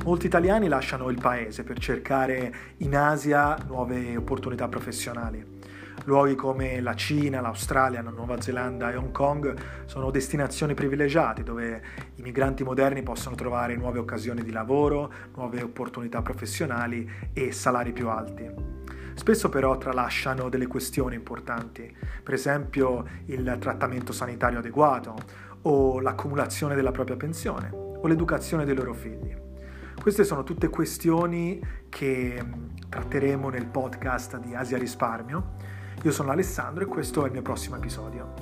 Molti italiani lasciano il paese per cercare in Asia nuove opportunità professionali. Luoghi come la Cina, l'Australia, la Nuova Zelanda e Hong Kong sono destinazioni privilegiate dove i migranti moderni possono trovare nuove occasioni di lavoro, nuove opportunità professionali e salari più alti. Spesso però tralasciano delle questioni importanti, per esempio il trattamento sanitario adeguato o l'accumulazione della propria pensione o l'educazione dei loro figli. Queste sono tutte questioni che tratteremo nel podcast di Asia Risparmio. Io sono Alessandro e questo è il mio prossimo episodio.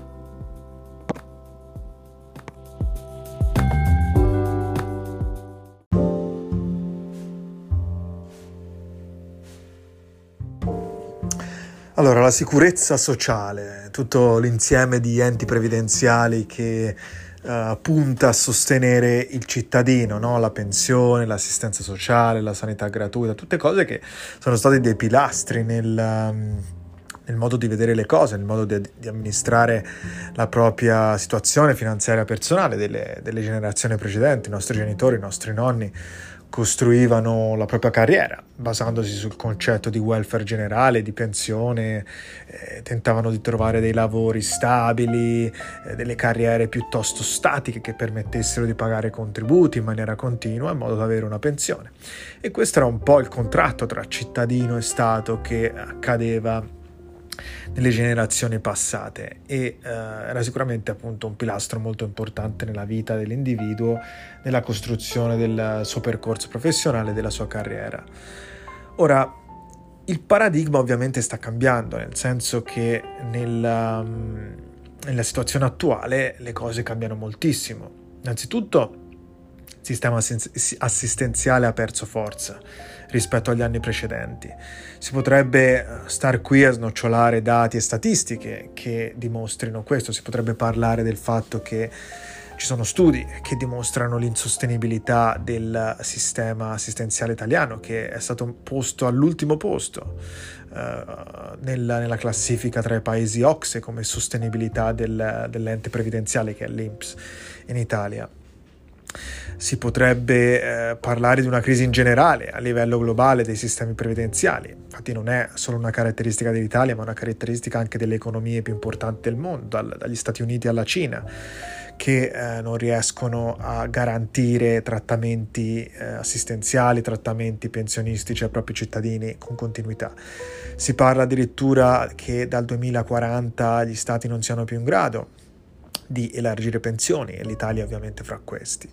Allora, la sicurezza sociale, tutto l'insieme di enti previdenziali che punta a sostenere il cittadino, no? La pensione, l'assistenza sociale, la sanità gratuita, tutte cose che sono state dei pilastri nel modo di vedere le cose, nel modo di amministrare la propria situazione finanziaria personale delle generazioni precedenti. I nostri genitori, i nostri nonni costruivano la propria carriera basandosi sul concetto di welfare generale, di pensione, tentavano di trovare dei lavori stabili, delle carriere piuttosto statiche che permettessero di pagare contributi in maniera continua in modo da avere una pensione. E questo era un po' il contratto tra cittadino e Stato che accadeva nelle generazioni passate e era sicuramente appunto un pilastro molto importante nella vita dell'individuo, nella costruzione del suo percorso professionale e della sua carriera. Ora, il paradigma ovviamente sta cambiando, nel senso che nella situazione attuale le cose cambiano moltissimo. Innanzitutto il sistema assistenziale ha perso forza rispetto agli anni precedenti. Si potrebbe star qui a snocciolare dati e statistiche che dimostrino questo, si potrebbe parlare del fatto che ci sono studi che dimostrano l'insostenibilità del sistema assistenziale italiano, che è stato posto all'ultimo posto nella classifica tra i paesi OCSE come sostenibilità dell'ente previdenziale, che è l'INPS in Italia. Si potrebbe parlare di una crisi in generale a livello globale dei sistemi previdenziali. Infatti non è solo una caratteristica dell'Italia, ma una caratteristica anche delle economie più importanti del mondo, dagli Stati Uniti alla Cina, che non riescono a garantire trattamenti assistenziali, trattamenti pensionistici ai propri cittadini con continuità. Si parla addirittura che dal 2040 gli stati non siano più in grado di elargire pensioni, e l'Italia ovviamente fra questi.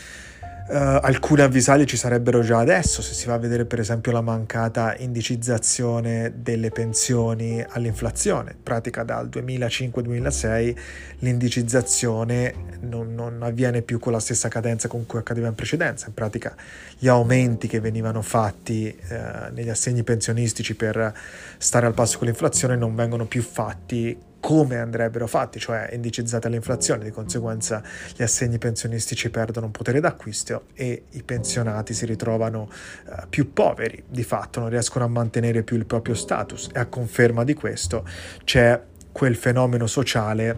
Alcune avvisaglie ci sarebbero già adesso, se si va a vedere per esempio la mancata indicizzazione delle pensioni all'inflazione. In pratica dal 2005-2006 l'indicizzazione non avviene più con la stessa cadenza con cui accadeva in precedenza. In pratica gli aumenti che venivano fatti negli assegni pensionistici per stare al passo con l'inflazione non vengono più fatti come andrebbero fatti, cioè indicizzati all'inflazione. Di conseguenza gli assegni pensionistici perdono potere d'acquisto e i pensionati si ritrovano più poveri, di fatto non riescono a mantenere più il proprio status, e a conferma di questo c'è quel fenomeno sociale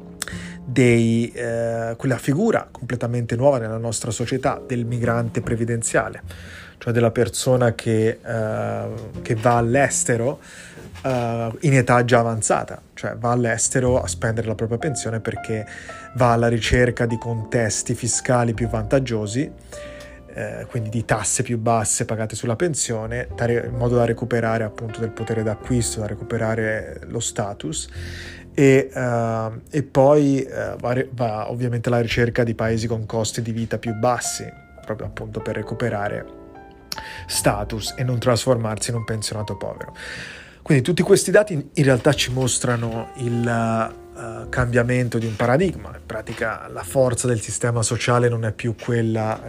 quella figura completamente nuova nella nostra società del migrante previdenziale, cioè della persona che va all'estero in età già avanzata, cioè va all'estero a spendere la propria pensione perché va alla ricerca di contesti fiscali più vantaggiosi, quindi di tasse più basse pagate sulla pensione, in modo da recuperare appunto del potere d'acquisto, da recuperare lo status, e poi va ovviamente alla ricerca di paesi con costi di vita più bassi, proprio appunto per recuperare status e non trasformarsi in un pensionato povero. Quindi tutti questi dati in realtà ci mostrano il cambiamento di un paradigma. In pratica la forza del sistema sociale non è più quella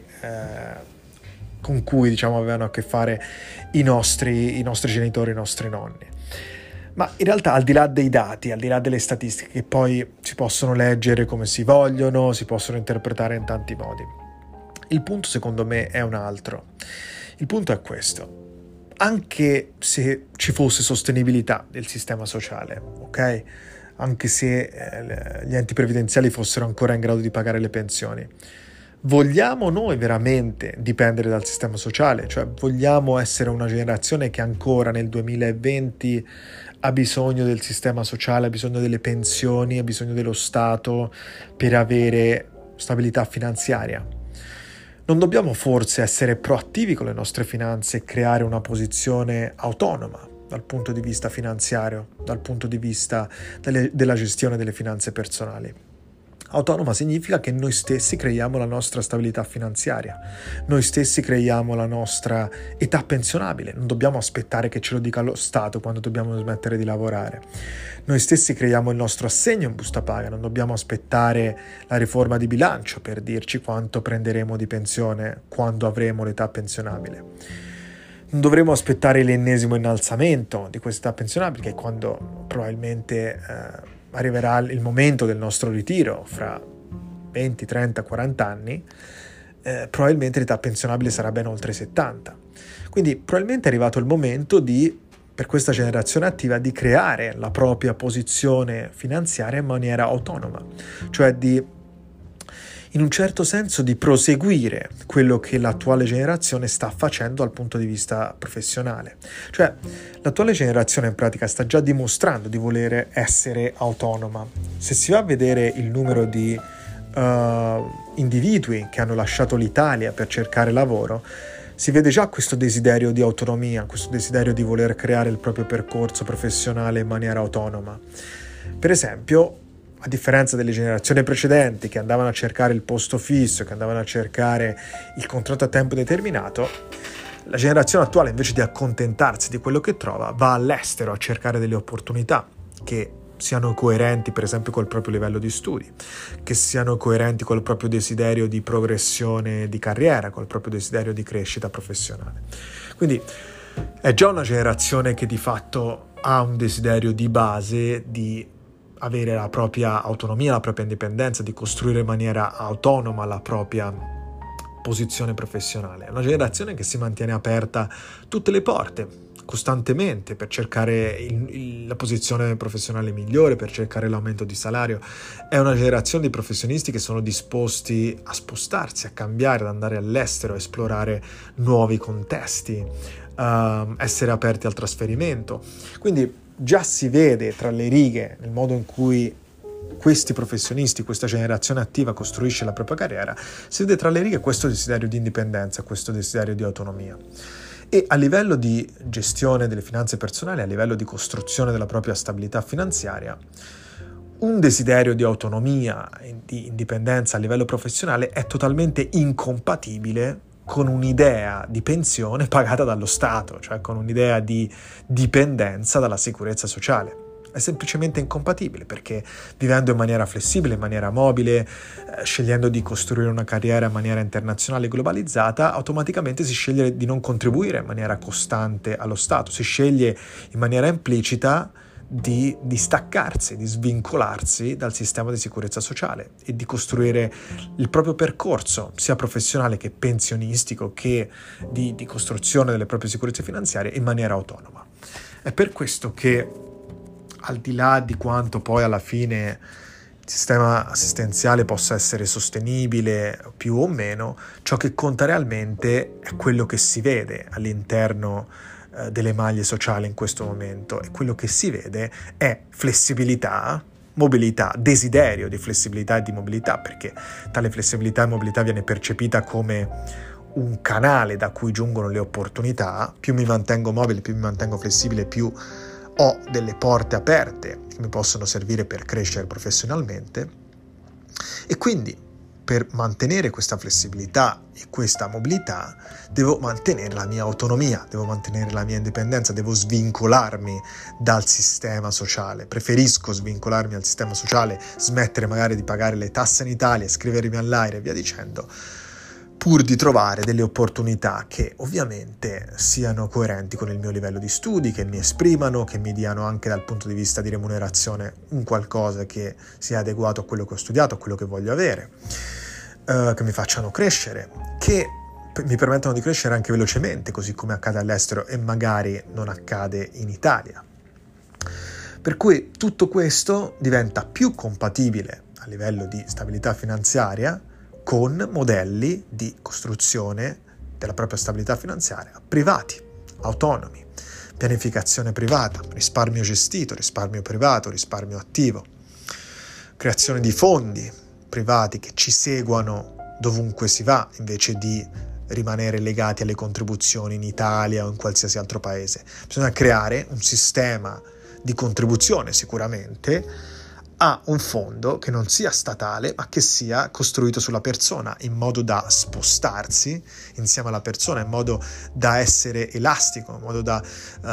con cui avevano a che fare i nostri genitori, i nostri nonni. Ma in realtà, al di là dei dati, al di là delle statistiche, che poi si possono leggere come si vogliono, si possono interpretare in tanti modi, il punto secondo me è un altro. Il punto è questo: anche se ci fosse sostenibilità del sistema sociale, ok? Anche se gli enti previdenziali fossero ancora in grado di pagare le pensioni, Vogliamo noi veramente dipendere dal sistema sociale? Cioè, vogliamo essere una generazione che ancora nel 2020 ha bisogno del sistema sociale, ha bisogno delle pensioni, ha bisogno dello Stato per avere stabilità finanziaria? Non dobbiamo forse essere proattivi con le nostre finanze e creare una posizione autonoma dal punto di vista finanziario, dal punto di vista della gestione delle finanze personali? Autonoma significa che noi stessi creiamo la nostra stabilità finanziaria, noi stessi creiamo la nostra età pensionabile, non dobbiamo aspettare che ce lo dica lo Stato quando dobbiamo smettere di lavorare. Noi stessi creiamo il nostro assegno in busta paga, non dobbiamo aspettare la riforma di bilancio per dirci quanto prenderemo di pensione quando avremo l'età pensionabile. Non dovremo aspettare l'ennesimo innalzamento di questa età pensionabile, che è quando probabilmente arriverà il momento del nostro ritiro, fra 20, 30, 40 anni, probabilmente l'età pensionabile sarà ben oltre 70. Quindi probabilmente è arrivato il momento per questa generazione attiva di creare la propria posizione finanziaria in maniera autonoma, cioè in un certo senso di proseguire quello che l'attuale generazione sta facendo dal punto di vista professionale. Cioè, l'attuale generazione in pratica sta già dimostrando di voler essere autonoma. Se si va a vedere il numero di individui che hanno lasciato l'Italia per cercare lavoro, si vede già questo desiderio di autonomia, questo desiderio di voler creare il proprio percorso professionale in maniera autonoma. Per esempio, a differenza delle generazioni precedenti che andavano a cercare il posto fisso, che andavano a cercare il contratto a tempo determinato, la generazione attuale, invece di accontentarsi di quello che trova, va all'estero a cercare delle opportunità che siano coerenti, per esempio, col proprio livello di studi, che siano coerenti col proprio desiderio di progressione di carriera, col proprio desiderio di crescita professionale. Quindi è già una generazione che di fatto ha un desiderio di base di avere la propria autonomia, la propria indipendenza, di costruire in maniera autonoma la propria posizione professionale. È una generazione che si mantiene aperta tutte le porte, costantemente, per cercare la posizione professionale migliore, per cercare l'aumento di salario. È una generazione di professionisti che sono disposti a spostarsi, a cambiare, ad andare all'estero, a esplorare nuovi contesti, essere aperti al trasferimento. Quindi già si vede tra le righe nel modo in cui questi professionisti, questa generazione attiva costruisce la propria carriera, si vede tra le righe questo desiderio di indipendenza, questo desiderio di autonomia. E a livello di gestione delle finanze personali, a livello di costruzione della propria stabilità finanziaria, un desiderio di autonomia e di indipendenza a livello professionale è totalmente incompatibile con un'idea di pensione pagata dallo Stato, cioè con un'idea di dipendenza dalla sicurezza sociale. È semplicemente incompatibile, perché vivendo in maniera flessibile, in maniera mobile, scegliendo di costruire una carriera in maniera internazionale e globalizzata, automaticamente si sceglie di non contribuire in maniera costante allo Stato, si sceglie in maniera implicita di distaccarsi, di svincolarsi dal sistema di sicurezza sociale e di costruire il proprio percorso, sia professionale che pensionistico, che di costruzione delle proprie sicurezze finanziarie in maniera autonoma. È per questo che, al di là di quanto poi alla fine il sistema assistenziale possa essere sostenibile più o meno, ciò che conta realmente è quello che si vede all'interno delle maglie sociali in questo momento, e quello che si vede è flessibilità, mobilità, desiderio di flessibilità e di mobilità, perché tale flessibilità e mobilità viene percepita come un canale da cui giungono le opportunità. Più mi mantengo mobile, più mi mantengo flessibile, più ho delle porte aperte che mi possono servire per crescere professionalmente. E quindi, per mantenere questa flessibilità e questa mobilità, devo mantenere la mia autonomia, devo mantenere la mia indipendenza, devo svincolarmi dal sistema sociale. Preferisco svincolarmi dal sistema sociale, smettere magari di pagare le tasse in Italia, iscrivermi all'AIRE e via dicendo, pur di trovare delle opportunità che ovviamente siano coerenti con il mio livello di studi, che mi esprimano, che mi diano anche dal punto di vista di remunerazione un qualcosa che sia adeguato a quello che ho studiato, a quello che voglio avere, che mi facciano crescere, che mi permettano di crescere anche velocemente, così come accade all'estero e magari non accade in Italia. Per cui tutto questo diventa più compatibile a livello di stabilità finanziaria con modelli di costruzione della propria stabilità finanziaria privati, autonomi, pianificazione privata, risparmio gestito, risparmio privato, risparmio attivo, creazione di fondi privati che ci seguano dovunque si va, invece di rimanere legati alle contribuzioni in Italia o in qualsiasi altro paese. Bisogna creare un sistema di contribuzione sicuramente a un fondo che non sia statale, ma che sia costruito sulla persona, in modo da spostarsi insieme alla persona, in modo da essere elastico, in modo da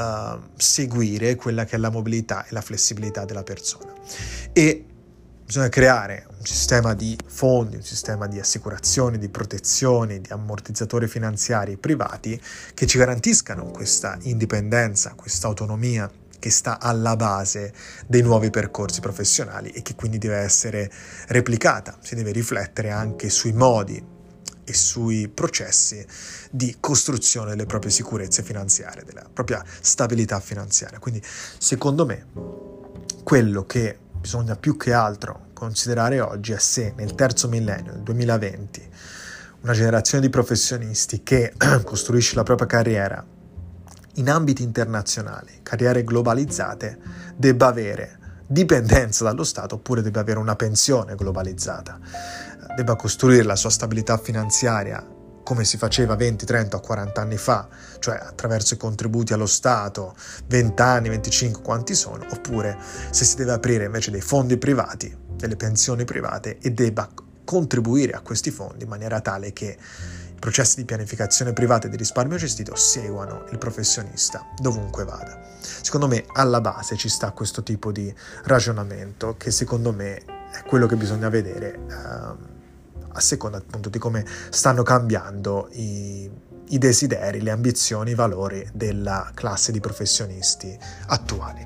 seguire quella che è la mobilità e la flessibilità della persona. E bisogna creare un sistema di fondi, un sistema di assicurazioni, di protezioni, di ammortizzatori finanziari privati che ci garantiscano questa indipendenza, questa autonomia che sta alla base dei nuovi percorsi professionali e che quindi deve essere replicata, si deve riflettere anche sui modi e sui processi di costruzione delle proprie sicurezze finanziarie, della propria stabilità finanziaria. Quindi secondo me quello che bisogna più che altro considerare oggi è se nel terzo millennio, nel 2020, una generazione di professionisti che costruisce la propria carriera in ambiti internazionali, carriere globalizzate, debba avere dipendenza dallo Stato oppure debba avere una pensione globalizzata, debba costruire la sua stabilità finanziaria come si faceva 20, 30 o 40 anni fa, cioè attraverso i contributi allo Stato, 20 anni, 25, quanti sono, oppure se si deve aprire invece dei fondi privati, delle pensioni private e debba contribuire a questi fondi in maniera tale che i processi di pianificazione privata e di risparmio gestito seguano il professionista dovunque vada. Secondo me alla base ci sta questo tipo di ragionamento che secondo me è quello che bisogna vedere a seconda appunto di come stanno cambiando i desideri, le ambizioni, i valori della classe di professionisti attuali.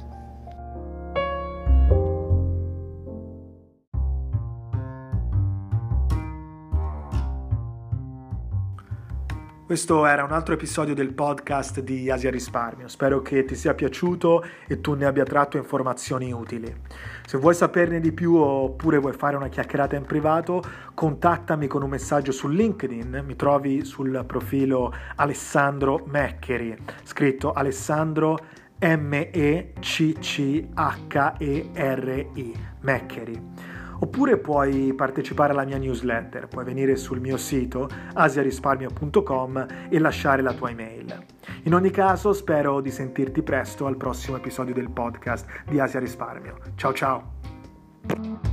Questo era un altro episodio del podcast di Asia Risparmio. Spero che ti sia piaciuto e tu ne abbia tratto informazioni utili. Se vuoi saperne di più oppure vuoi fare una chiacchierata in privato, contattami con un messaggio su LinkedIn. Mi trovi sul profilo Alessandro Meccheri, scritto Alessandro Meccheri, Meccheri. Oppure puoi partecipare alla mia newsletter, puoi venire sul mio sito asiarisparmio.com e lasciare la tua email. In ogni caso spero di sentirti presto al prossimo episodio del podcast di Asia Risparmio. Ciao ciao!